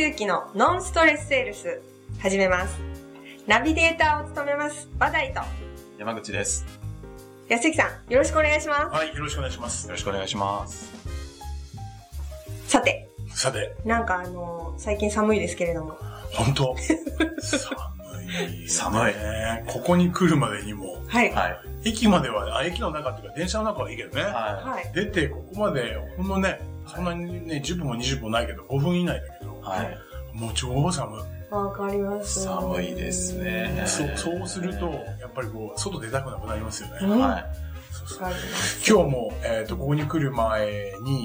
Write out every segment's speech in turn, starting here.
之のノンストレスセールス始めます。ナビゲーターを務めますバダイと山口です。 安之さん、よろしくお願いします。 はい、よろしくお願いします。 よろしくお願いします。 さて、 なんか最近寒いですけれども。 本当寒いね。ここに来るまでにも、 はい。 駅までは、駅の中っていうか電車の中はいいけどね。 はい。 出てここまでほんのね、そんなにね10分も20分もないけど5分以内だけど、 はい。 もう超寒い。 わかります。 寒いですね。 そうするとやっぱりこう外出たくなくなりますよね。 はい。 今日もここに来る前に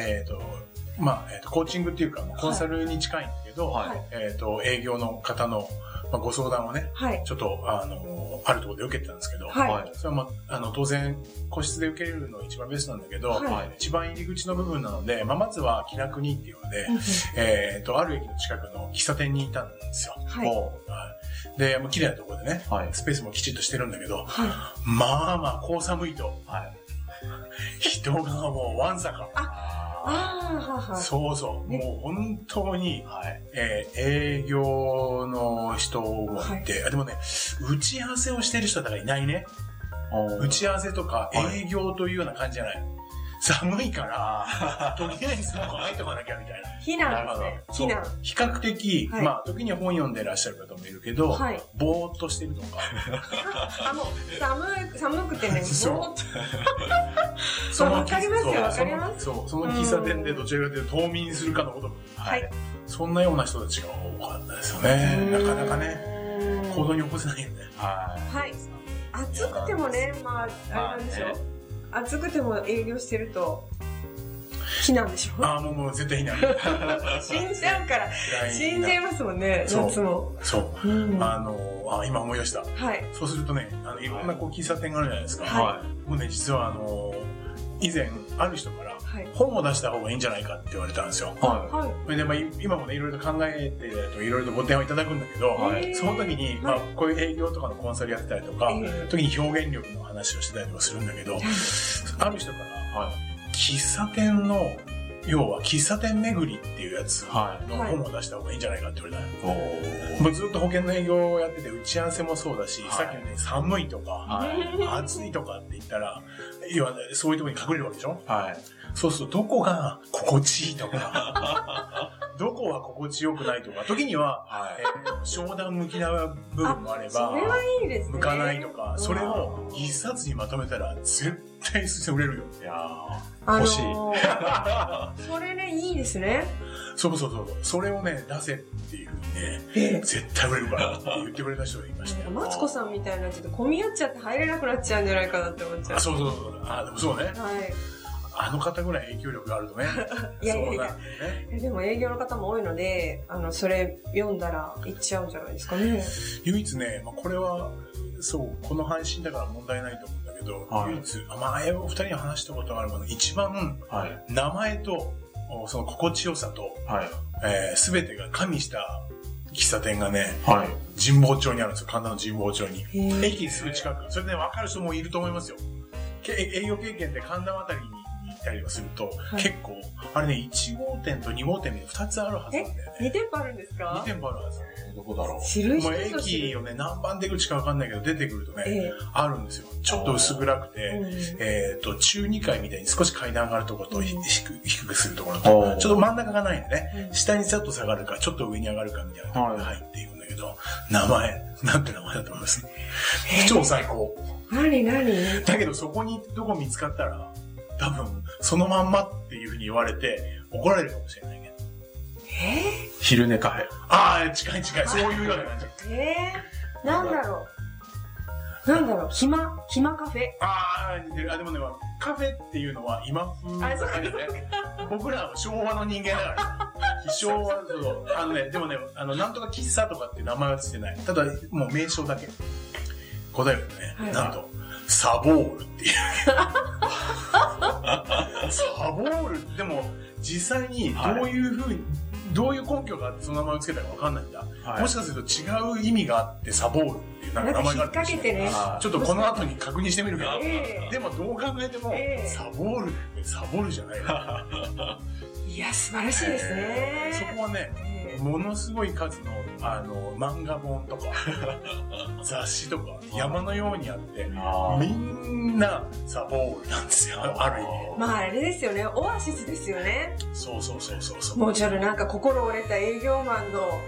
コーチングっていうかコンサルに近いんだけど、営業の方のご相談をね、ちょっとあるところで受けてたんですけど、それは当然個室で受けるのが一番ベストなんだけど、一番入り口の部分なので、まずは気楽にっていうので、ある駅の近くの喫茶店にいたんですよ。で、綺麗なところでね、スペースもきちっとしてるんだけど、まあこう寒いと、人がもうわんさか。そうそう。もう本当に、営業の人もいて、でもね、打ち合わせをしてる人だからいないね。打ち合わせとか営業というような感じじゃない。寒いから、とりあえずもう入っとかなきゃみたいな。 避難ですね。避難。 比較的、時には本読んでらっしゃる方もいるけど、ぼーっとしてるとか。 もう寒くてね、ぼーっと。わかりますよ、わかります。 そう、その喫茶店でどちらかというと冬眠するかのごとく。そんなような人たちが多かったですよね。なかなかね、行動に起こせないよね。 はい。暑くてもね、あれなんでしょう。暑くても営業してると避難でしょ。 もう絶対避難。 死んじゃうから。死んじゃいますもんね、夏も。 そう。今思い出した。そうするとね、いろんな喫茶店があるじゃないですか。もうね、実は以前ある人から本を出した方がいいんじゃないかって言われたんですよ。で、今もね、いろいろと考えていろいろとご提案をいただくんだけど、その時に、こういう営業とかのコンサルやってたりとか、時に表現力の話をしてたりとかするんだけど、ある人から、喫茶店の、要は喫茶店巡りっていうやつの本を出した方がいいんじゃないかって言われたの。もうずっと保険の営業をやってて、打ち合わせもそうだし、さっきのね、寒いとか、暑いとかって言ったら、要はそういうところに隠れるわけでしょ。そうすると、どこが心地いいとか、どこは心地よくないとか、時には、商談向きな部分もあれば、 それはいいですね。 向かないとか、それを一冊にまとめたら、絶対売れるよ。 いや欲しい。 それね、いいですね。 そう。それをね、出せっていうね、絶対売れるからって言ってくれた人がいましたよ。 マツコさんみたいな、ちょっと混み合っちゃって入れなくなっちゃうんじゃないかなって思っちゃう。 そう。でもそうね。あの方ぐらい影響力があるとね。 いや。でも営業の方も多いので、それ読んだら行っちゃうんじゃないですかね。 唯一ね、これは、この配信だから問題ないと思うんだけど、唯一、お二人に話したことがあるのが、一番、名前と、その心地よさと、すべてが加味した喫茶店がね、神保町にあるんですよ。神田の神保町に。駅すぐ近く。それで分かる人もいると思いますよ。営業経験で神田あたりに行ったりはすると、結構、あれね、1号店と2号店で2つあるはずなんだよね。 2店舗あるんですか？ 2 店舗あるはず。 どこだろう。 駅をね、何番出口か分かんないけど、出てくるとね、あるんですよ。ちょっと薄暗くて、中2階みたいに少し階段上がるところと低くするところと、ちょっと真ん中がないんでね、下にちょっと下がるか、ちょっと上に上がるかみたいなところが入っていくんだけど、名前、なんて名前だと思います？超最高。 何だけどそこにどこ見つかったら、多分、そのまんまっていうふうに言われて、怒られるかもしれないけど。 昼寝カフェ。 近い。そういうような感じ。 なんだろう。暇カフェ。 でもね、カフェっていうのは今風だけどね。僕らは昭和の人間だから。昭和でもね、なんとか喫茶とかっていう名前はついてない。ただ、もう名称だけ。答えるとね、なんと、サボールっていう。サボールでも、実際にどういう根拠があってその名前をつけたかわかんないんだ。もしかすると違う意味があってサボールっていう名前があるかもしれない。 引っ掛けてね。 ちょっとこの後に確認してみるけど。でもどう考えても、サボールってサボるじゃないか。 いや、素晴らしいですね。 そこはね、 ものすごい数の、漫画本とか、雑誌とか、山のようにあって、みんな、サボールなんですよ、ある意味。 まあ、あれですよね、オアシスですよね。 そう。 もうちょっとなんか心折れた営業マンの、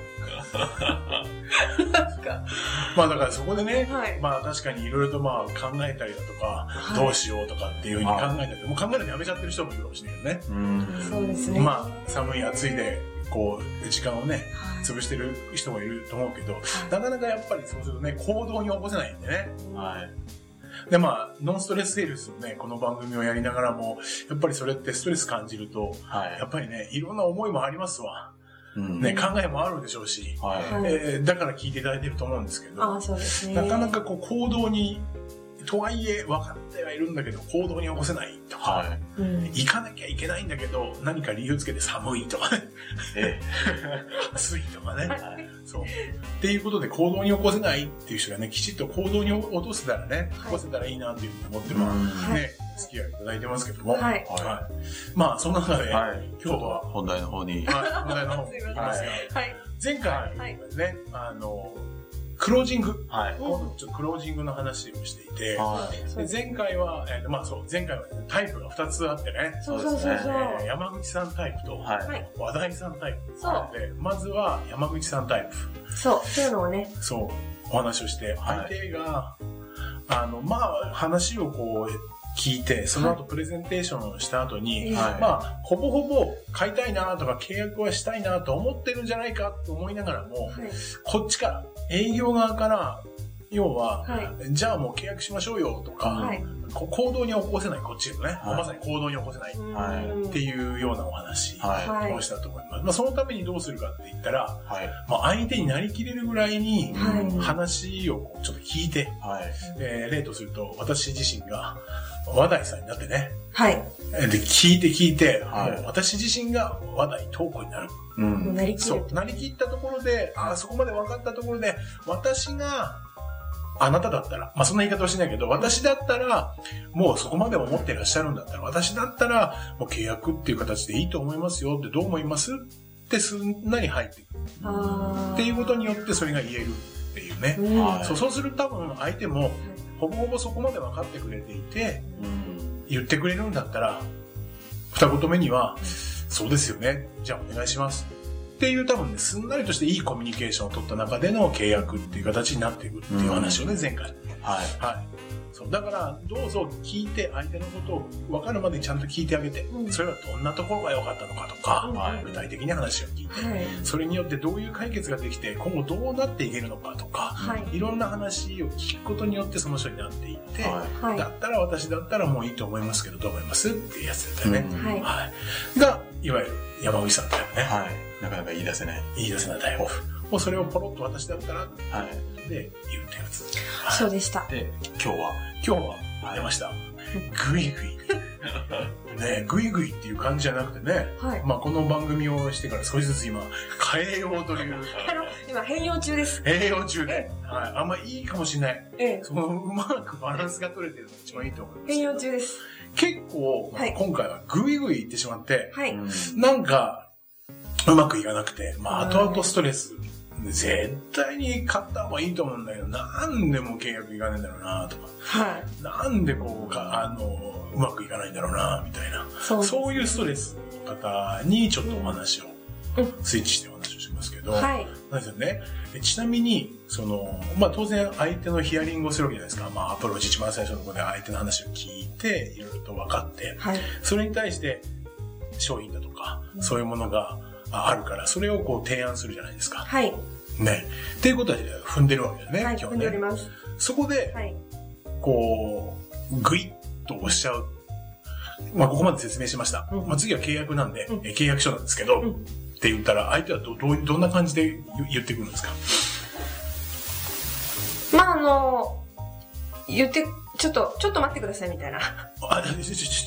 まあだからそこでね、まあ確かにいろいろとまあ考えたりだとか、どうしようとかっていうふうに考えたり、もう考えるのやめちゃってる人もいるかもしれないけどね。 そうですね。 まあ寒い暑いで、こう、時間をね、潰してる人もいると思うけど、なかなかやっぱりそうするとね、行動に起こせないんでね。で、まあ、ノンストレスセールスのね、この番組をやりながらも、やっぱりそれってストレス感じると、やっぱりね、いろんな思いもありますわ。ね、考えもあるでしょうし、だから聞いていただいてると思うんですけど、 そうですね、 なかなかこう行動に、とはいえ分かってはいるんだけど行動に起こせないとか、行かなきゃいけないんだけど何か理由つけて寒いとかね、暑いとかね、そうっていうことで行動に起こせないっていう人がね、きちっと行動に落とせたらね、起こせたらいいなっていうふうに思ってね、付き合いいただいてますけども、まあそんな中で、今日は本題の方に、 本題の方に行きますが、前回ね、クロージング。今度ちょっとクロージングの話をしていて、前回は、前回はタイプが2つあってね。山口さんタイプと、話題さんタイプ。で、まずは山口さんタイプ。 そういうのをね。 そう、お話をして、相手が、まあ、話をこう、聞いて、その後プレゼンテーションをした後に、まあ、ほぼほぼ買いたいなとか契約はしたいなと思ってるんじゃないかと思いながらも、こっちから、営業側から、要は、じゃあもう契約しましょうよとか、行動に起こせない、こっちのね、まさに行動に起こせないっていうようなお話をしたと思います。まあ、そのためにどうするかって言ったら、まあ、相手になりきれるぐらいに話をちょっと聞いて、例とすると、私自身が話題さんになってね、で、聞いて、私自身が話題トークになる。そう、なりきったところで、そこまで分かったところで、私が、あなただったら、まあ、そんな言い方はしないけど、私だったら、もうそこまで思ってらっしゃるんだったら、私だったら、もう契約っていう形でいいと思いますよってどう思いますってすんなり入ってくる。っていうことによってそれが言えるっていうね。そうすると多分相手も、ほぼほぼそこまで分かってくれていて、言ってくれるんだったら、二言目には、そうですよね。じゃあお願いします。っていう多分ね、すんなりとしていいコミュニケーションを取った中での契約っていう形になっていくっていう話をね、前回。そう。だから、どうぞ聞いて、相手のことを分かるまでちゃんと聞いてあげて、それはどんなところが良かったのかとか、具体的に話を聞いて、それによってどういう解決ができて、今後どうなっていけるのかとか、いろんな話を聞くことによってその人になっていって、だったら私だったらもういいと思いますけど、どう思いますっていうやつだったよね。が、いわゆる山口さんだよね。 なかなか言い出せない。 言い出せないタイプ。もうそれをポロッと私だったら、で言うってやつ。 そうでした。 で、今日は出ました。グイグイ。ね、グイグイっていう感じじゃなくてね。まあこの番組をしてから少しずつ今、変えようという。 今変容中です。 変容中で。あんまいいかもしれない。そのうまくバランスが取れてるのが一番いいと思います。 変容中です。 結構、今回はグイグイ言ってしまって、なんか、うまくいかなくて、まあ、後々ストレス。絶対に買った方がいいと思うんだけど、なんでも契約いかないんだろうなとか、なんでこう、うまくいかないんだろうなみたいな、そういうストレスの方にちょっとお話を、スイッチしてお話をしますけど、なんですよね。ちなみに、まあ、当然相手のヒアリングをするわけじゃないですか。まあ、アプローチ一番最初のところで相手の話を聞いて、いろいろと分かって、それに対して商品だとか、そういうものが、あるから、それをこう提案するじゃないですか。ね。っていうことは踏んでるわけですね、今日ね。踏んでおります。そこで、こう、グイッと押しちゃう。まあ、ここまで説明しました。まあ、次は契約なんで、契約書なんですけど、って言ったら、相手はどんな感じで言ってくるんですか？ まあ、ちょっと待ってくださいみたいな。ちょっと待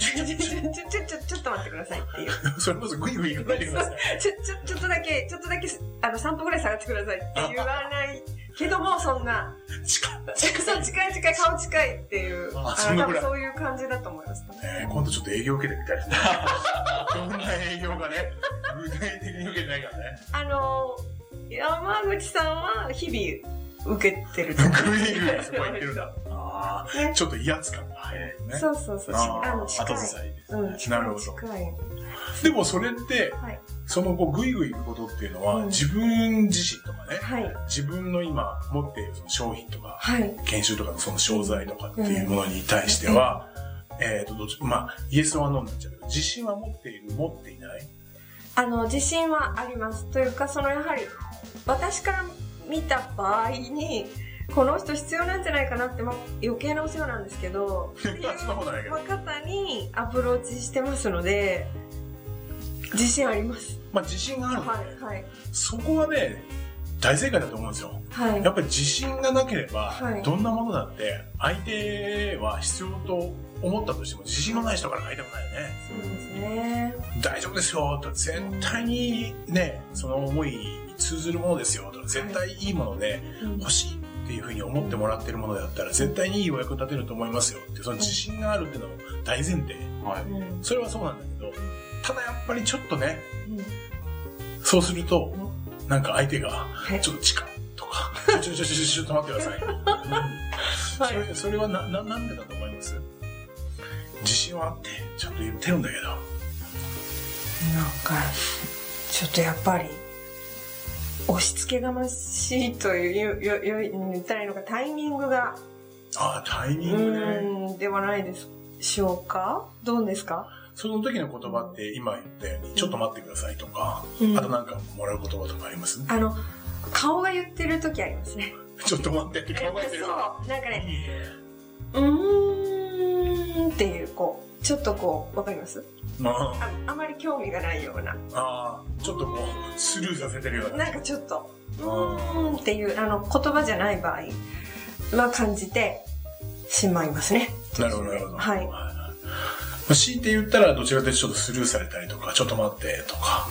ってくださいっていう。 それこそグイグイ言わないでください。 ちょっとだけ、3歩ぐらい下がってくださいって言わないけども、そんな。 近い、顔近いっていう。多分そういう感じだと思います。 今度ちょっと営業受けてみたいですね。どんな営業がね、具体的に受けてないからね。 山口さんは日々受けてると。 グイグイそこ行ってるんだ。ちょっと威圧感が入るね。 そう。近い。 後ずさいです。 なるほど。でもそれって、そのグイグイ行くことっていうのは、自分自身とかね、自分の今持っているその商品とか、研修とかのその商材とかっていうものに対しては、イエスはノーになっちゃうけど、自信は持っている、持っていない？ 自信はあります。というか、やはり、私から見た場合に、この人必要なんじゃないかなって、余計なお世話なんですけど、っていう方にアプローチしてますので、自信あります。 自信があるので、そこはね、大正解だと思うんですよ。やっぱり自信がなければ、どんなものだって、相手は必要と思ったとしても、自信のない人から買いたくないよね。 そうですね。 大丈夫ですよ、と絶対にね、その思いに通ずるものですよ、と絶対いいもので欲しいっていうふうに思ってもらってるものだったら、絶対にいいお役立てると思いますよって、その自信があるっていうのも大前提。それはそうなんだけど、ただやっぱりちょっとね、そうすると、なんか相手が、ちょっと近いとか、ちょっと待ってください。それはなんでだと思います？自信はあって、ちゃんと言ってるんだけど。なんか、ちょっとやっぱり、押し付けがましいと言ったらいいのか、タイミングが。 タイミングね。 ではないでしょうか？どうですか？ その時の言葉って今言ったように、ちょっと待ってくださいとか、あとなんかもらう言葉とかあります？ 顔が言ってる時ありますね。 ちょっと待ってって顔が言ってる。 そう、なんかね、っていう、ちょっとわかります？あまり興味がないような。 ちょっとスルーさせてるような。 なんかちょっと、っていう、言葉じゃない場合は感じてしまいますね。 なるほど、なるほど。強いて言ったら、どちらかというとちょっとスルーされたりとか、ちょっと待ってとか。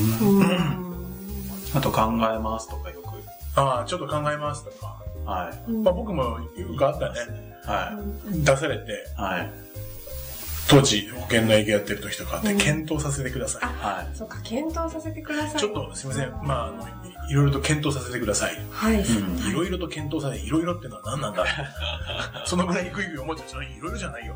あと考えますとかよく。 ちょっと考えますとか。僕もよくあったね。出されて、当時保険の営業やってる時とかって検討させてください。 そうか、検討させてください。 ちょっとすいません。いろいろと検討させてください。いろいろと検討させて、いろいろっていうのは何なんだそのぐらいグイグイ思っちゃう。それいろいろじゃないよ。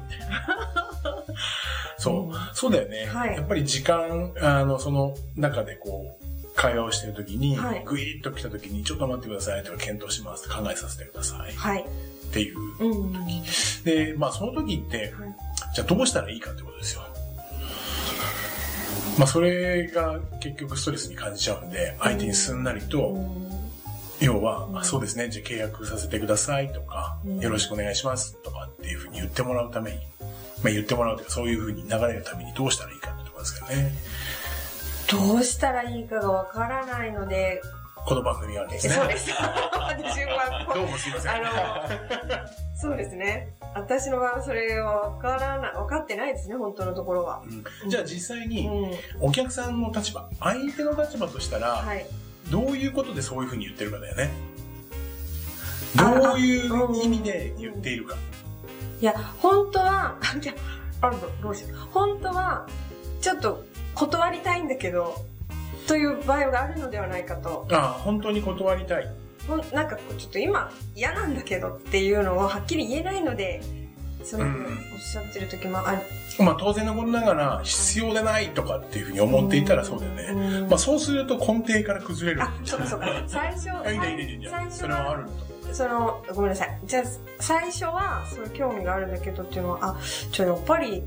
そうだよね。やっぱり時間、その中で会話をしてる時に、グイッと来た時に、ちょっと待ってくださいとか検討します考えさせてください。っていう時。で、その時って、じゃあどうしたらいいかってことですよ。それが結局ストレスに感じちゃうんで、相手にすんなりと、要は、そうですね、じゃあ契約させてくださいとか、よろしくお願いしますとかっていうふうに言ってもらうために、言ってもらうというか、そういうふうに流れるためにどうしたらいいかってところですけどね。 どうしたらいいかがわからないので、 この番組があるんですね。 そうです。私はどうもすいません。 そうですね。私の場合はそれは分かってないですね、本当のところは。 じゃあ実際に、お客さんの立場、相手の立場としたら、どういうことでそういうふうに言ってるかだよね。どういう意味で言っているか。 いや、本当は、どうしよう。本当は、ちょっと断りたいんだけど、という場合があるのではないかと。 本当に断りたい。 なんかちょっと今嫌なんだけどっていうのをはっきり言えないので、そのおっしゃってる時もある。 当然のことながら必要でないとかっていうふうに思っていたらそうだよね。そうすると根底から崩れる。 そうか。最初それはあると。ごめんなさい。じゃあ最初はそういう興味があるんだけどっていうのは、やっぱり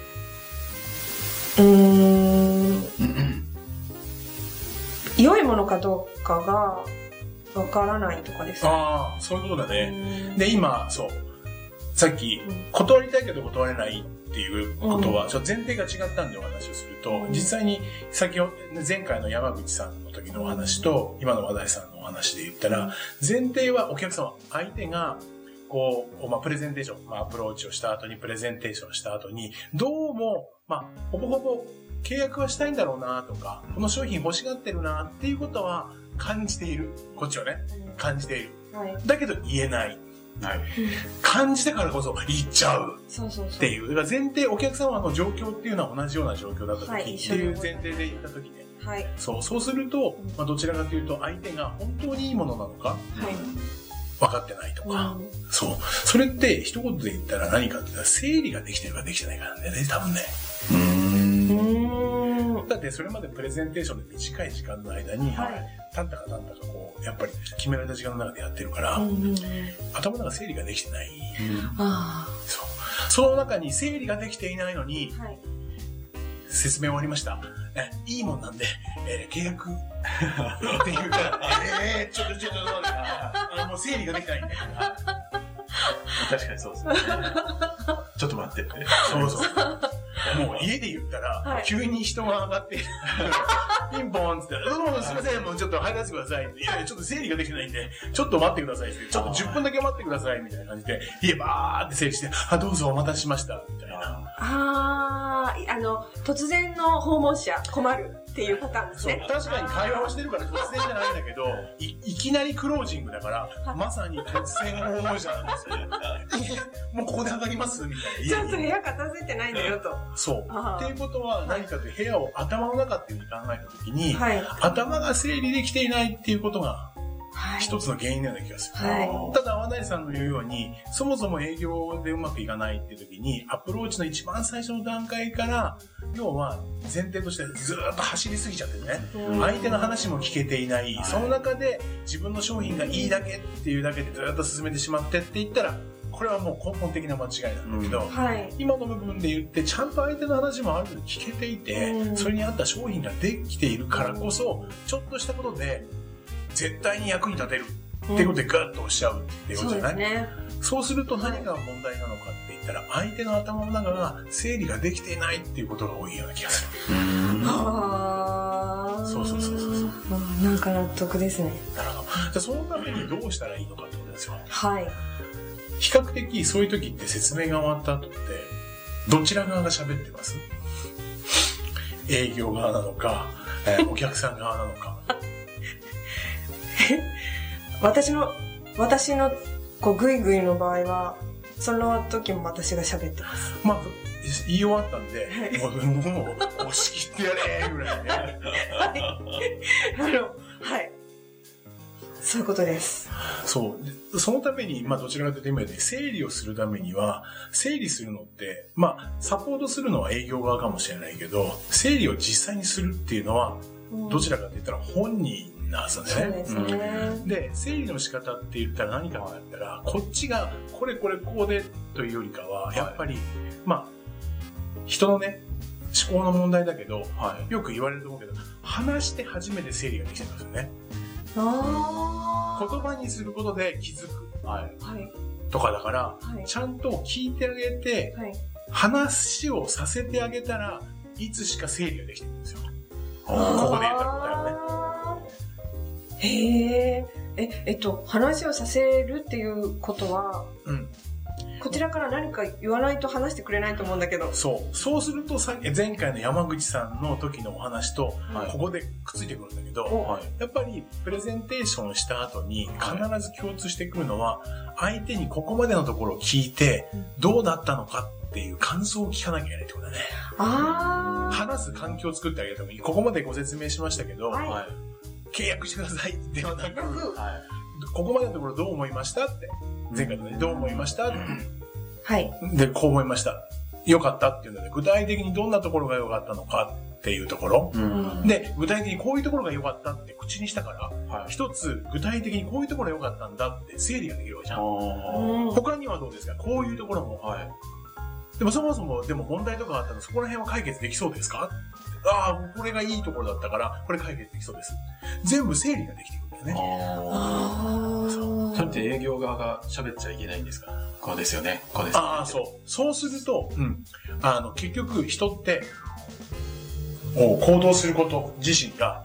良いものかどうかがわからないとかですか？ そういうことだね。で、今、さっき、断りたいけど断れないっていうことは、ちょっと前提が違ったんでお話をすると、実際に前回の山口さんの時のお話と、今の和田さんのお話で言ったら、前提はお客様、相手が、プレゼンテーション、アプローチをした後に、プレゼンテーションした後に、どうも、ほぼほぼ契約はしたいんだろうなとか、この商品欲しがってるなっていうことは感じている。こっちはね、感じている。 だけど言えない。感じたからこそ言っちゃうっていう。だから前提、お客様の状況っていうのは同じような状況だった時っていう前提で言った時ね。そうすると、どちらかというと相手が本当にいいものなのか、分かってないとか、それって一言で言ったら何かって言ったら整理ができてるかできてないかなんだよね、多分ね。だってそれまでプレゼンテーションで短い時間の間に、たんたかこう、やっぱり決められた時間の中でやってるから、頭の中整理ができてない。その中に整理ができていないのに、説明終わりました。いいもんなんで、契約って言うから、ちょっと、もう整理ができないんで。 確かにそうですね。ちょっと待ってって。 もう家で言ったら、急に人が上がって、ピンポンって言ったら、どうもすいません、もうちょっと入らせてくださいって。いや、ちょっと整理ができてないんで、ちょっと待ってくださいって。ちょっと10分だけ待ってくださいみたいな感じで、家バーって整理して、どうぞお待たせしました、みたいな。 突然の訪問者困るっていうパターンですね。 確かに会話をしてるから突然じゃないんだけど、いきなりクロージングだから、まさに突然訪問者なんですよね。もうここで上がりますみたいな。 ちょっと部屋片付いてないんだよと。 っていうことは何かという部屋を頭の中っていうふうに考えたときに、頭が整理できていないっていうことが、一つの原因のような気がする。ただ、粟成さんの言うように、そもそも営業でうまくいかないっていう時に、アプローチの一番最初の段階から、要は前提としてずーっと走りすぎちゃってね、相手の話も聞けていない、その中で自分の商品がいいだけっていうだけでずーっと進めてしまってって言ったら、これはもう根本的な間違いなんだけど、今の部分で言ってちゃんと相手の話もある程度聞けていて、それに合った商品ができているからこそ、ちょっとしたことで絶対に役に立てるっていうことでガッと押しちゃうっていうことじゃない？そうすると何が問題なのかって言ったら、相手の頭の中が整理ができていないっていうことが多いような気がする。 なんか納得ですね。 なるほど。じゃあそのためにどうしたらいいのかってことですよ。比較的そういう時って説明が終わった後ってどちら側が喋ってます？営業側なのか、お客さん側なのか。 私のこうグイグイの場合はその時も私が喋ってます。 言い終わったんで、もう押し切ってやれぐらいね。 そういうことです。 そのために、どちらかというと今で整理をするためには、整理するのって、サポートするのは営業側かもしれないけど、整理を実際にするっていうのは、どちらかといったら本人なんですよね。 そうですね。 で、整理の仕方って言ったら何かって言ったら、こっちがこれこうでというよりかは、やっぱり、人のね、思考の問題だけど、よく言われると思うけど、話して初めて整理ができてるんですよね。言葉にすることで気づく。とかだから、ちゃんと聞いてあげて、話をさせてあげたらいつしか整理ができてるんですよ。ここで言った答えはね。話をさせるっていうことは、こちらから何か言わないと話してくれないと思うんだけど。 そうすると前回の山口さんの時のお話と、ここでくっついてくるんだけど、やっぱりプレゼンテーションした後に必ず共通してくるのは、相手にここまでのところを聞いて、どうだったのかっていう感想を聞かなきゃいけないってことだね。話す環境を作ってあげるために、ここまでご説明しましたけど、契約してくださいではなく、ここまでのところどう思いましたって。前回のね、どう思いましたで、こう思いました。良かったっていうので、具体的にどんなところが良かったのかっていうところ。で、具体的にこういうところが良かったって口にしたから、一つ具体的にこういうところが良かったんだって整理ができるわけじゃん。他にはどうですか？こういうところも。でもそもそも、問題とかあったらそこら辺は解決できそうですか？これがいいところだったから、これ解決できそうです。全部整理ができてくるんだよね。 それって営業側が喋っちゃいけないんですか？こうですよね。こうですよね。 そうすると、結局人って、行動すること自身が、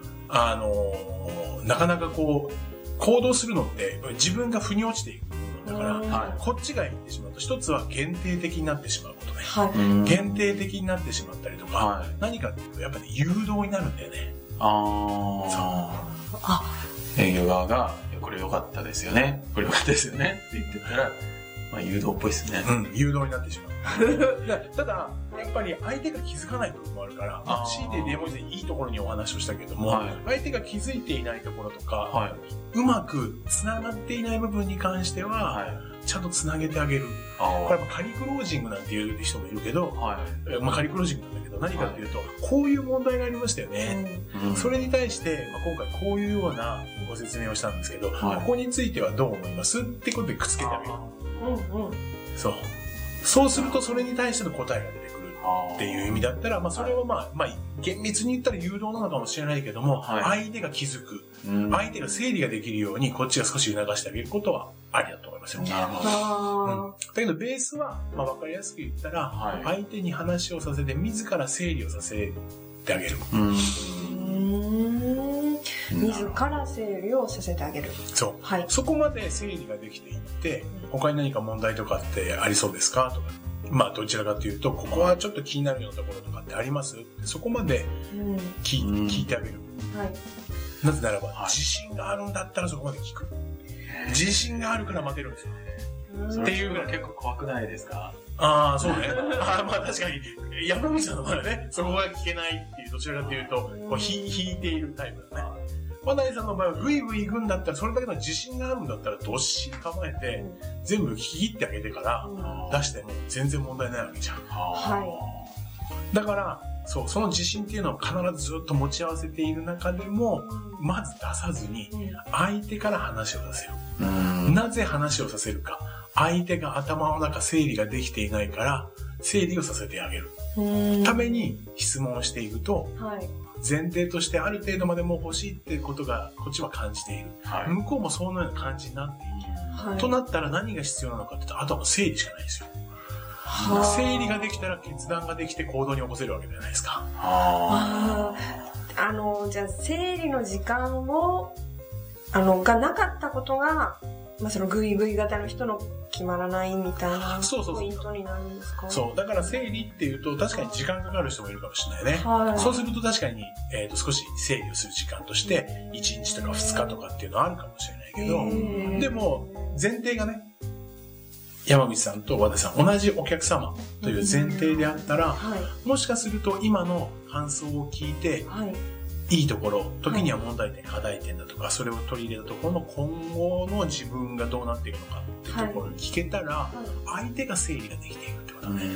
なかなか行動するのって自分が腑に落ちていく部分だから、こっちが言ってしまうと、一つは限定的になってしまうことね。限定的になってしまったりとか、何かっていうと、やっぱり誘導になるんだよね。 営業側がこれ良かったですよね。これ良かったですよね。って言ってたら、まあ誘導っぽいですね。 誘導になってしまう。ただ、やっぱり相手が気づかないところもあるから、強いてデモでいいところにお話をしたけども、相手が気づいていないところとか、うまく繋がっていない部分に関しては、ちゃんと繋げてあげる。これやっぱカリクロージングなんていう人もいるけど、まあカリクロージングなんだけど、何かっていうと、こういう問題がありましたよね。それに対して、まあ、今回こういうようなご説明をしたんですけど、ここについてはどう思いますってことでくっつけてあげる。そう。そうするとそれに対しての答えが出てくるっていう意味だったら、まあそれはまあ厳密に言ったら誘導なのかもしれないけども、相手が気づく、相手が整理ができるようにこっちが少し促してあげることはありだと思いますよ。なるほど。だけどベースは、まあわかりやすく言ったら、相手に話をさせて自ら整理をさせてあげる。 自ら整理をさせてあげる。 そう。そこまで整理ができていって、他に何か問題とかってありそうですかとか。まあどちらかというと、ここはちょっと気になるようなところとかってあります？そこまで聞いてあげる。なぜならば、自信があるんだったらそこまで聞く。自信があるから待てるんですよ。 っていうのは結構怖くないですか？ ああ、そうね。まあ確かに、山口さんの場合はね、そこが聞けないっていう、どちらかというと、こう引いているタイプだね。和田井さんの場合はグイグイ行くんだったら、それだけの自信があるんだったら、どっしり構えて、全部聞き切ってあげてから出しても全然問題ないわけじゃん。だから、その自信っていうのを必ずずっと持ち合わせている中でも、まず出さずに、相手から話をさせる。なぜ話をさせるか。相手が頭の中整理ができていないから、整理をさせてあげる。ために質問をしていくと、前提としてある程度までも欲しいってことがこっちは感じている。向こうもそのような感じになっている。となったら何が必要なのかって言ったら、あとは整理しかないですよ。整理ができたら決断ができて行動に起こせるわけじゃないですか。 じゃあ整理の時間を、がなかったことが、まあ、そのグイグイ型の人の決まらないみたいなポイントになるんですか？ そう。だから整理っていうと確かに時間かかる人もいるかもしれないね。そうすると確かに、少し整理をする時間として1日とか2日とかっていうのはあるかもしれないけど、でも前提がね、山口さんと和田さん同じお客様という前提であったら、もしかすると今の感想を聞いて、いいところ、時には問題点、課題点だとか、それを取り入れたところの今後の自分がどうなっていくのかっていうところに聞けたら、相手が整理ができていくってことだね。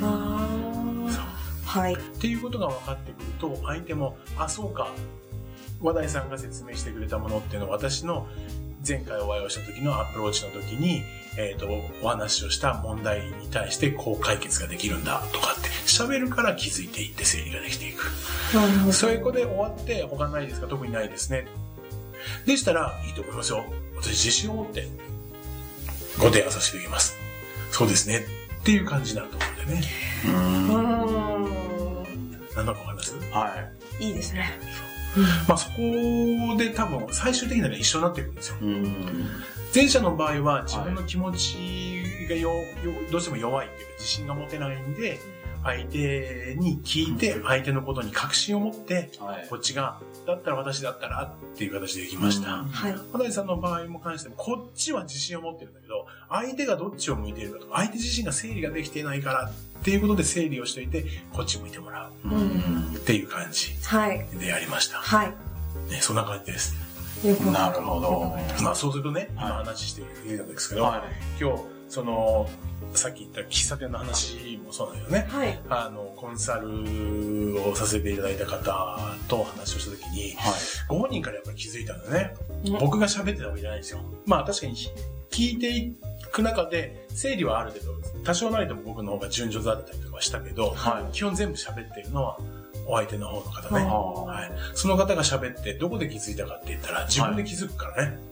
っていうことが分かってくると、相手も、あ、そうか、和田井さんが説明してくれたものっていうのは私の前回お会いをした時のアプローチの時に、お話をした問題に対してこう解決ができるんだとかって喋るから気づいていって整理ができていく。そういう子で終わって他ないですか？特にないですね。でしたらいいと思いますよ。私自信を持ってご提案させていただきます。そうですねっていう感じになると思うんでね。何だかわかります？ いいですね。 まあそこで多分最終的には一緒になっていくんですよ。前者の場合は自分の気持ちがどうしても弱いっていうか自信が持てないんで、相手に聞いて相手のことに確信を持って、こっちがだったら私だったらっていう形でできました。和田井さんの場合も関してもこっちは自信を持ってるんだけど、相手がどっちを向いているかとか、相手自身が整理ができていないからっていうことで整理をしておいてこっち向いてもらうっていう感じでやりました。ね、そんな感じです。 なるほど。 まあそうするとね、今話しているんですけど、今日さっき言った喫茶店の話もそうなんだよね。コンサルをさせていただいた方と話をしたときに、ご本人からやっぱり気づいたんだね。僕が喋ってたわけじゃないんですよ。まあ確かに聞いていく中で整理はある程度、多少なりとも僕の方が順序だったりとかしたけど、基本全部喋っているのはお相手の方の方ね。その方が喋ってどこで気づいたかって言ったら自分で気づくからね。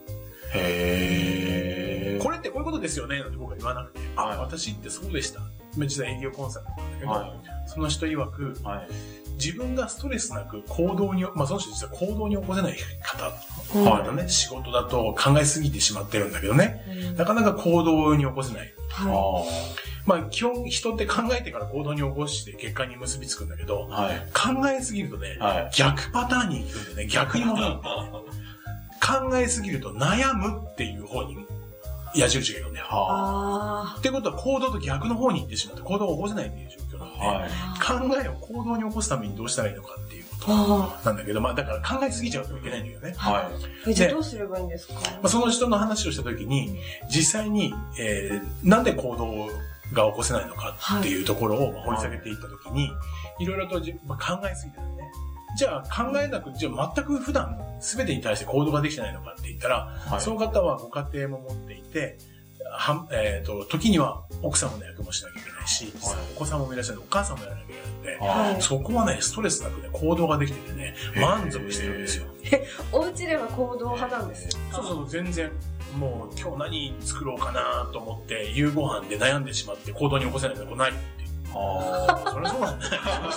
これってこういうことですよねなんて僕は言わなくて、私ってそうでした。実は営業コンサルなんだけど、その人曰く、自分がストレスなく行動に、まあその人実は行動に起こせない方ね、仕事だと考えすぎてしまってるんだけどね、なかなか行動に起こせない。まあ基本人って考えてから行動に起こして結果に結びつくんだけど、考えすぎるとね、逆パターンに行くんでね、逆に戻るんだよね。 考えすぎると悩むっていう方に矢印がいるんだよ。ってことは行動と逆の方に行ってしまって行動を起こせないっていう状況なんで、考えを行動に起こすためにどうしたらいいのかっていうことなんだけど、だから考えすぎちゃうといけないんだよね。 じゃあどうすればいいんですか？ その人の話をしたときに、実際に、なんで行動が起こせないのかっていうところを掘り下げていったときに、いろいろと考えすぎたよね。じゃあ考えなく、じゃあ全く普段全てに対して行動ができてないのかって言ったら、その方はご家庭も持っていて、時には奥様の役もしなきゃいけないし、お子さんもいらっしゃるお母さんもやらなきゃいけないので、そこはね、ストレスなくね、行動ができててね、満足してるんですよ。 お家では行動派なんですよ。 そう、全然。もう今日何作ろうかなと思って夕ご飯で悩んでしまって行動に起こせないとこないって。それはそうなんだね。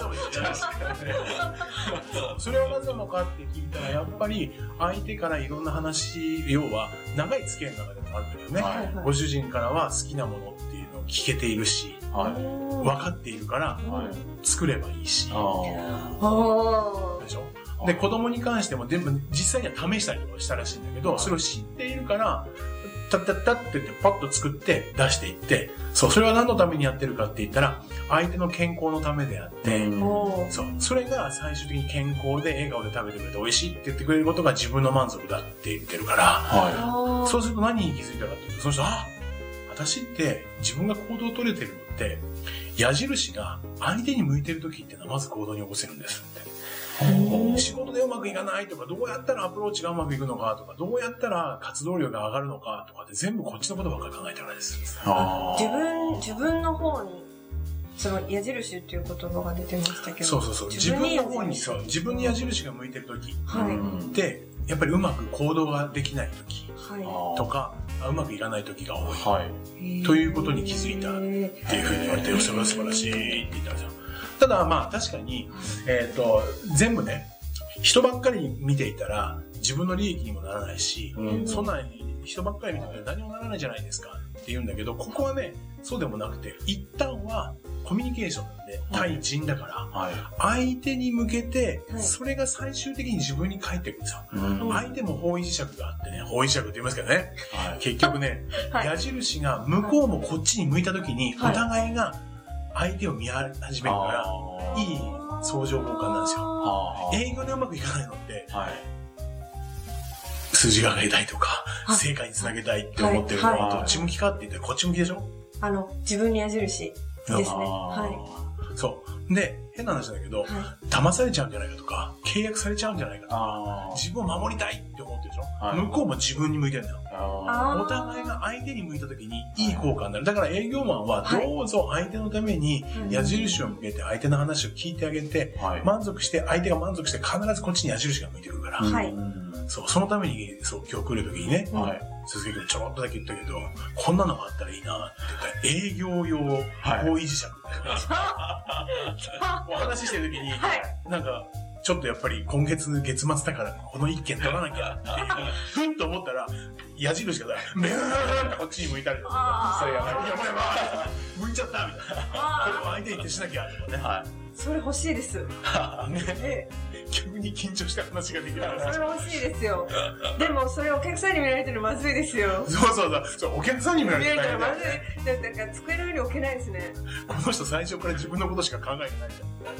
それはなぜなのかって聞いたら、やっぱり相手からいろんな話、要は長い付き合いの中でもあるんだけどね、ご主人からは好きなものっていうのを聞けているし、分かっているから作ればいいし、でしょ。で、子供に関しても、でも実際には試したりとかしたらしいんだけど、それを知っているから、タッタッタッって言ってパッと作って出していって、そう、それは何のためにやってるかって言ったら、相手の健康のためであって、そう、それが最終的に健康で笑顔で食べてくれて美味しいって言ってくれることが自分の満足だって言ってるから、そうすると何に気づいたかっていうと、その人、私って自分が行動を取れてるのって、矢印が相手に向いてる時っていうのはまず行動に起こせるんですって。仕事でうまくいかないとか、どうやったらアプローチがうまくいくのかとか、どうやったら活動量が上がるのかとかって全部こっちのことばっかり考えてるからです。 自分の方に、その矢印っていう言葉が出てましたけど。 そう。自分の方に、自分に矢印が向いてるときって、やっぱりうまく行動ができないときとか、うまくいかないときが多い。ということに気づいたっていうふうに言われて、それは素晴らしいって言ったんですよ。ただ確かに、全部ね、人ばっかり見ていたら自分の利益にもならないし、そんなに人ばっかり見てたら何もならないじゃないですかって言うんだけど、ここはね、そうでもなくて、一旦はコミュニケーションなんで、対人だから、相手に向けて、それが最終的に自分に返ってくるんですよ。相手も方位磁石があってね、方位磁石って言いますけどね、結局ね、矢印が向こうもこっちに向いた時に、お互いが相手を見始めるから、いい相乗効果なんですよ。営業でうまくいかないのって、数字が上げたいとか、成果につなげたいって思ってるのは、どっち向きかって言ったらこっち向きでしょ？ 自分に矢印ですね。 そう。で、変な話だけど、騙されちゃうんじゃないかとか、契約されちゃうんじゃないかとか、自分を守りたいって思ってるでしょ？向こうも自分に向いてるんだよ。お互いが相手に向いた時にいい効果になる。だから営業マンはどうぞ相手のために矢印を向けて相手の話を聞いてあげて、満足して、相手が満足して必ずこっちに矢印が向いてくるから。そう、そのために、そう、今日来る時にね、鈴木君ちょろっとだけ言ったけど、こんなのがあったらいいなって言ったら、営業用方位磁石みたいな。お話ししてる時に、なんか、ちょっとやっぱり今月末だからこの一件取らなきゃっていう、ふんと思ったら、矢印がブーンってこっちに向いたりとか、それやばい、向いちゃったみたいな。これを相手に徹しなきゃとかね。 それ欲しいです。 急に緊張した話ができる。 それ欲しいですよ。でもそれお客さんに見られてるのまずいですよ。 そう、お客さんに見られてるのまずい。だから机の上に置けないですね。 この人最初から自分のことしか考えてない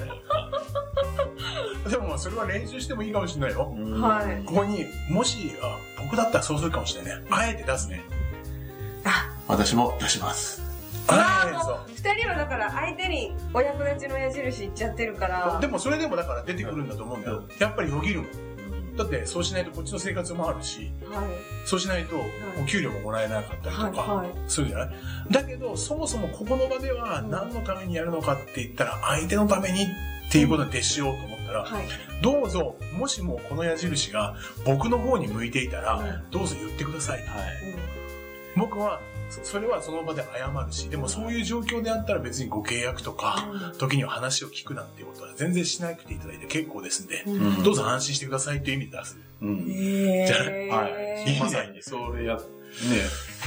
じゃん。でもそれは練習してもいいかもしれないよ。ここに、もし、僕だったらそうするかもしれないね。あえて出すね。 私も出します。 二人はだから相手にお役立ちの矢印いっちゃってるから。 でもそれでもだから出てくるんだと思うんだよ。やっぱりよぎるもん。だってそうしないとこっちの生活もあるし、そうしないとお給料ももらえなかったりとかするじゃない？だけどそもそもここの場では何のためにやるのかって言ったら相手のためにっていうことに徹しようと思ったら、どうぞもしもこの矢印が僕の方に向いていたらどうぞ言ってください。僕はそれはその場で謝るし、でもそういう状況であったら別にご契約とか、時には話を聞くなんていうことは全然しなくていただいて結構ですんで、どうぞ安心してくださいという意味で出す。 じゃあ、まさにそれ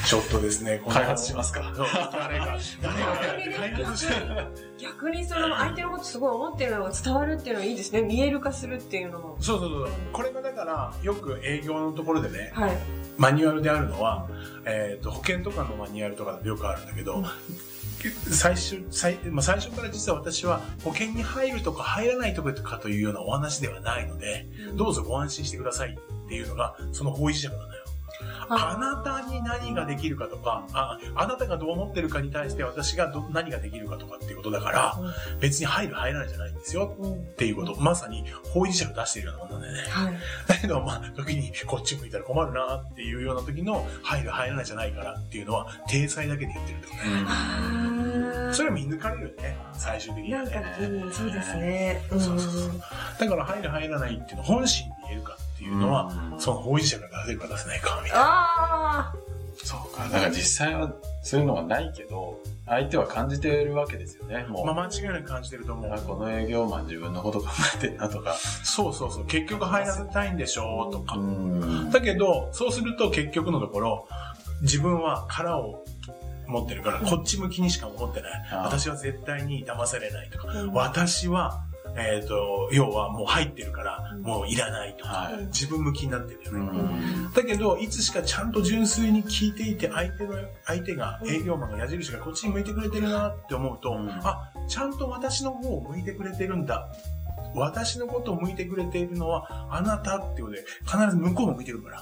ちょっとですね、 開発しますか。 誰が開発してる。 逆にその相手のことすごい思ってるのが伝わるっていうのはいいですね。見える化するっていうのも。 そう。これがだから、よく営業のところでね、マニュアルであるのは、保険とかのマニュアルとかでよくあるんだけど、最初から実は私は保険に入るとか入らないとかというようなお話ではないので、どうぞご安心してくださいっていうのが、その方位磁石なのよ。あなたに何ができるかとか、あなたがどう思ってるかに対して私が何ができるかとかっていうことだから、別に入る入らないじゃないんですよっていうこと。まさに方位磁石出しているようなものなんでね。だけど、時にこっち向いたら困るなっていうような時の入る入らないじゃないからっていうのは、体裁だけで言ってるってことね。それは見抜かれるよね、最終的にはね。 そうですね。 だから入る入らないっていうのを本心で言えるかっていうのは、その方位磁石が出せるか出せないかみたいな。 そうか。だから実際はそういうのはないけど、相手は感じてるわけですよね。もう。 間違いなく感じてると思う。 この営業マン自分のこと考えてるなとか。 そう。結局入らせたいんでしょうとか。だけど、そうすると結局のところ、自分は殻を持ってるから、こっち向きにしか思ってない。私は絶対に騙されないとか。私は、要はもう入ってるから、もういらないとか、自分向きになってるよね。だけど、いつしかちゃんと純粋に聞いていて、相手が、営業マンの矢印がこっちに向いてくれてるなって思うと、ちゃんと私の方を向いてくれてるんだ。私のことを向いてくれているのは、あなたってことで、必ず向こうも向いてるから。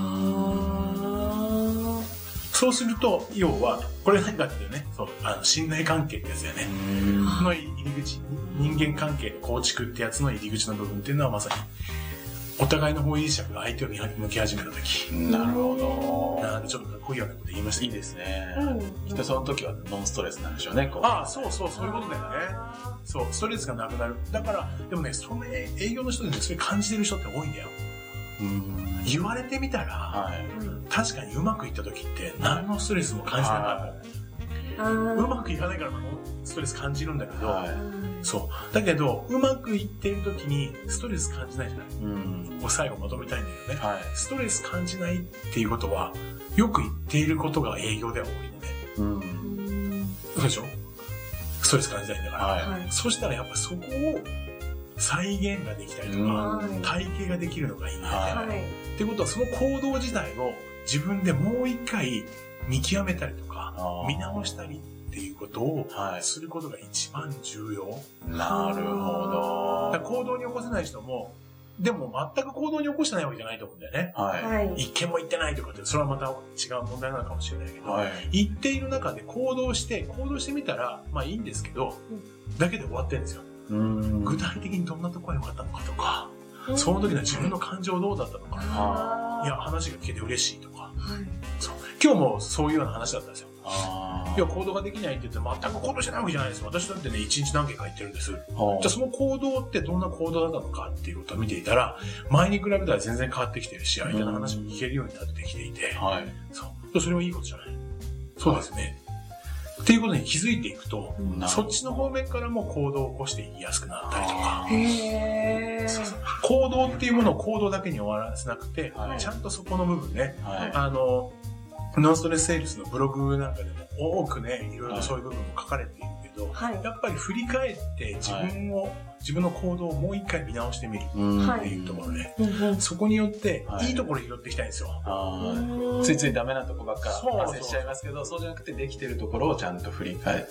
そうすると、要は、これ何かっていうね、信頼関係ってやつだよね。の入り口、人間関係の構築ってやつの入り口の部分っていうのはまさに、お互いの方位磁石が相手を向き始めたとき。 なるほど。 なんでちょっとかっこいいようなこと言いました。 いいですね。きっとその時はノンストレスなんでしょうね。 そういうことだよね。そう、ストレスがなくなる。だから、でもね、その営業の人でね、それ感じてる人って多いんだよ。言われてみたら、確かにうまくいった時って何のストレスも感じなかった。うまくいかないからストレス感じるんだけど、だけどうまくいっている時にストレス感じないじゃない。最後まとめたいんだよね。ストレス感じないっていうことはよく言っていることが営業では多いので、そうでしょ。ストレス感じないんだから、そしたらやっぱそこを再現ができたりとか、体系ができるのがいいんだよね。ってことはその行動自体を自分でもう一回見極めたりとか、見直したりっていうことをすることが一番重要。 なるほど。 だから行動に起こせない人も、でも全く行動に起こしてないわけじゃないと思うんだよね。一件も行ってないとかって、それはまた違う問題なのかもしれないけど、行っている中で行動してみたら、いいんですけど、だけで終わってるんですよ。具体的にどんなところが良かったのかとか、その時の自分の感情どうだったのかとか、いや、話が聞けて嬉しいとか、今日もそういうような話だったんですよ。いや、行動ができないって言って全く行動してないわけじゃないですよ。私だってね、一日何件か行ってるんです。じゃあその行動ってどんな行動だったのかっていうことを見ていたら、前に比べたら全然変わってきてるし、相手の話も聞けるようになってきていて、それはいいことじゃない。そうですね。っていうことに気づいていくと、そっちの方面からも行動を起こしていきやすくなったりとか。行動っていうものを行動だけに終わらせなくて、ちゃんとそこの部分ね、ノンストレスセールスのブログなんかでも多くね、いろいろそういう部分も書かれているけど、やっぱり振り返って自分の行動をもう一回見直してみるっていうところで、そこによっていいところ拾っていきたいんですよ。 ついついダメなとこばっか反省しちゃいますけど、そうじゃなくてできてるところをちゃんと振り返って、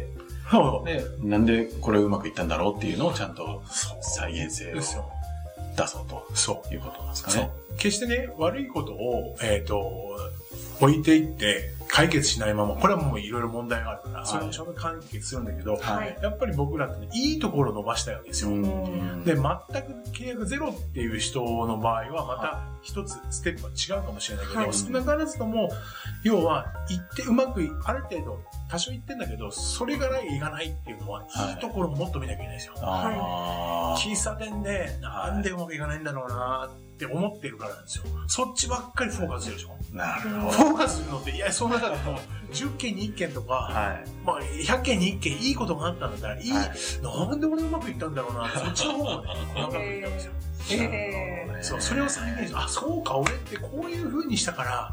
で、なんでこれうまくいったんだろうっていうのをちゃんと再現性を出そうということなんですかね。 決してね、悪いことを、置いていって解決しないまま、これはもういろいろ問題があるから、それもちゃんと解決するんだけど、やっぱり僕らってね、いいところを伸ばしたいわけですよ。で、全く契約ゼロっていう人の場合は、また一つステップは違うかもしれないけど、少なからずとも、要は、行ってうまくある程度、多少言ってんだけど、それがいかないっていうのは、いいところももっと見なきゃいけないですよ。喫茶店で、なんでうまくいかないんだろうなって思ってるからなんですよ。そっちばっかりフォーカスするでしょ。 なるほど。 フォーカスするのって、いや、その中でも、10件に1件とか、100件に1件いいことがあったんだったら、なんで俺うまくいったんだろうなって、そっちの方がね、細かくいったんですよ。それを再現して、そうか、俺ってこういう風にしたから、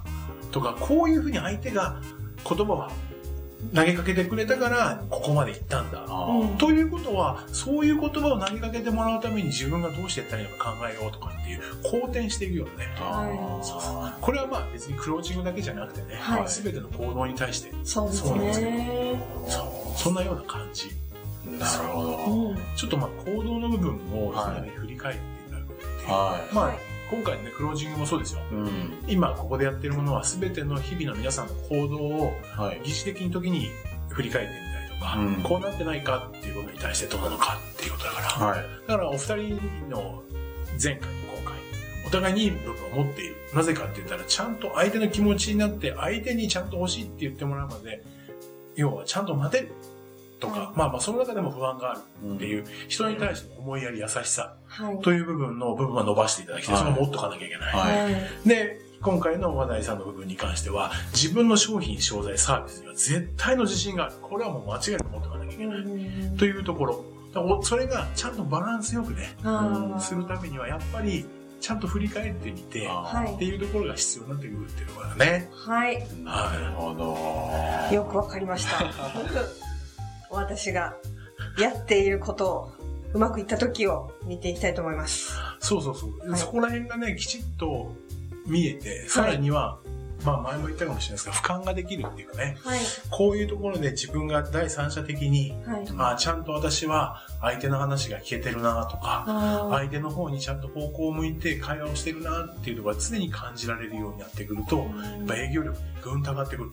とか、こういうふうに相手が言葉は投げかけてくれたからここまで行ったんだ、ということはそういう言葉を投げかけてもらうために自分がどうしていったらいいのか考えようとかっていう好転していくよね。これはまあ別にクローチングだけじゃなくてね、全ての行動に対してそうですね。 そんなような感じ。 なるほど。 ちょっとまあ行動の部分を振り返っていただくっていう。まあ今回のね、クロージングもそうですよ。今ここでやってるものは全ての日々の皆さんの行動を疑似的に時に振り返ってみたりとか、こうなってないかっていうことに対してどうなのかっていうことだから。だからお二人の前回と今回、お互いにいい部分を持っている。なぜかって言ったらちゃんと相手の気持ちになって相手にちゃんと欲しいって言ってもらうまで、要はちゃんと待てる。とか、まあその中でも不安があるっていう、人に対しての思いやり優しさという部分は伸ばしていただきたい。それを持っとかなきゃいけない。で、今回の話題さんの部分に関しては、自分の商品、商材、サービスには絶対の自信がある。これはもう間違いなく持っておかなきゃいけない。というところ。それがちゃんとバランスよくね、するためにはやっぱり、ちゃんと振り返ってみて、っていうところが必要になってくるっていうところだね。 なるほど。 よくわかりました。私がやっていることをうまくいった時を見ていきたいと思います。 そう。そこら辺がね、きちっと見えて、さらには、まあ前も言ったかもしれないですが、俯瞰ができるっていうかね、こういうところで自分が第三者的に、ちゃんと私は相手の話が聞けてるなとか、相手の方にちゃんと方向を向いて会話をしてるなっていうのが常に感じられるようになってくると、やっぱ営業力ぐんと上がってくる。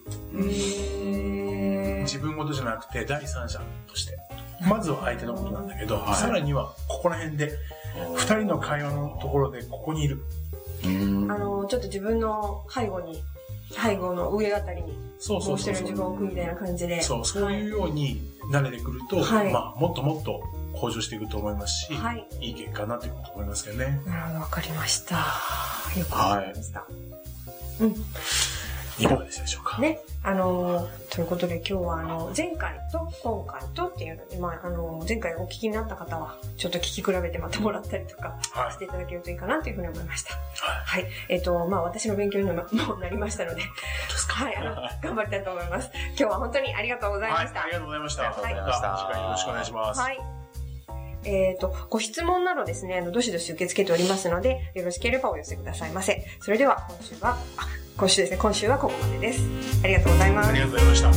自分事じゃなくて第三者として、まずは相手のことなんだけど、さらにはここら辺で、二人の会話のところでここにいる。 ちょっと自分の背後の上あたりに、もう一人の自分を置くみたいな感じで。 そういうように慣れてくると、まあ、もっともっと向上していくと思いますし、いい結果になっていくと思いますけどね。 なるほど、わかりました。よくわかりました。 いかがでしたでしょうか。 ね。ということで今日は前回と今回とっていうので、まあ前回お聞きになった方は、ちょっと聞き比べてまたもらったりとかしていただけるといいかなというふうに思いました。はい。まあ私の勉強にもなりましたので、はい、頑張りたいと思います。今日は本当にありがとうございました。 ありがとうございました。次回よろしくお願いします。はい。 ご質問などですね、どしどし受け付けておりますので、よろしければお寄せくださいませ。それでは今週はここまでです。ありがとうございます。 ありがとうございました。